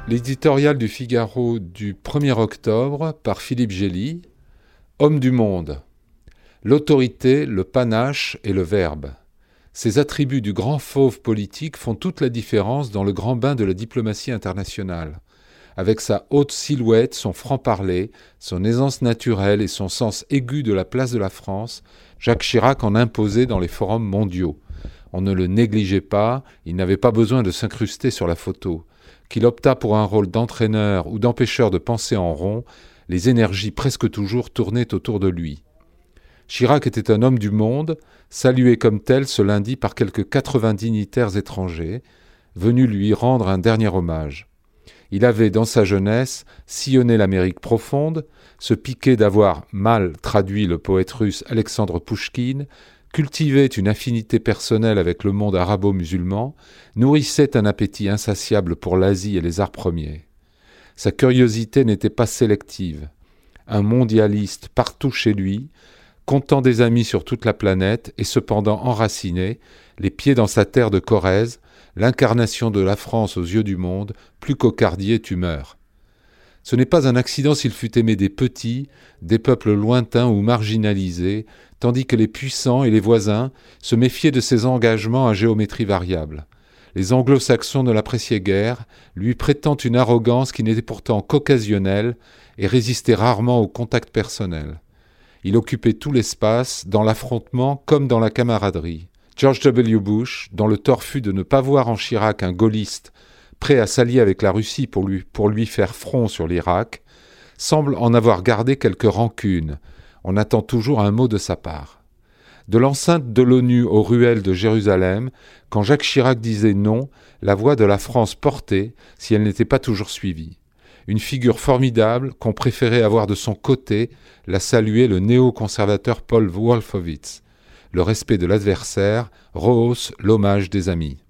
L'éditorial du Figaro du 1er octobre par Philippe Gély. Homme du monde. L'autorité, le panache et le verbe. Ces attributs du grand fauve politique font toute la différence dans le grand bain de la diplomatie internationale. Avec sa haute silhouette, son franc-parler, son aisance naturelle et son sens aigu de la place de la France, Jacques Chirac en imposait dans les forums mondiaux. On ne le négligeait pas, il n'avait pas besoin de s'incruster sur la photo. Qu'il optât pour un rôle d'entraîneur ou d'empêcheur de penser en rond, les énergies presque toujours tournaient autour de lui. Chirac était un homme du monde, salué comme tel ce lundi par quelques 80 dignitaires étrangers, venus lui rendre un dernier hommage. Il avait, dans sa jeunesse, sillonné l'Amérique profonde, se piquait d'avoir mal traduit le poète russe Alexandre Pouchkine, cultivait une affinité personnelle avec le monde arabo-musulman, nourrissait un appétit insatiable pour l'Asie et les arts premiers. Sa curiosité n'était pas sélective. Un mondialiste partout chez lui, comptant des amis sur toute la planète et cependant enraciné, les pieds dans sa terre de Corrèze, l'incarnation de la France aux yeux du monde, plus cocardier tu meurs. Ce n'est pas un accident s'il fut aimé des petits, des peuples lointains ou marginalisés, tandis que les puissants et les voisins se méfiaient de ses engagements à géométrie variable. Les anglo-saxons ne l'appréciaient guère, lui prêtant une arrogance qui n'était pourtant qu'occasionnelle et résistait rarement au contact personnel. Il occupait tout l'espace, dans l'affrontement comme dans la camaraderie. George W. Bush, dont le tort fut de ne pas voir en Chirac un gaulliste prêt à s'allier avec la Russie pour lui faire front sur l'Irak, semble en avoir gardé quelques rancunes. On attend toujours un mot de sa part. De l'enceinte de l'ONU aux ruelles de Jérusalem, quand Jacques Chirac disait non, la voix de la France portait, si elle n'était pas toujours suivie. Une figure formidable qu'on préférait avoir de son côté, l'a salué le néo-conservateur Paul Wolfowitz. Le respect de l'adversaire rehausse l'hommage des amis.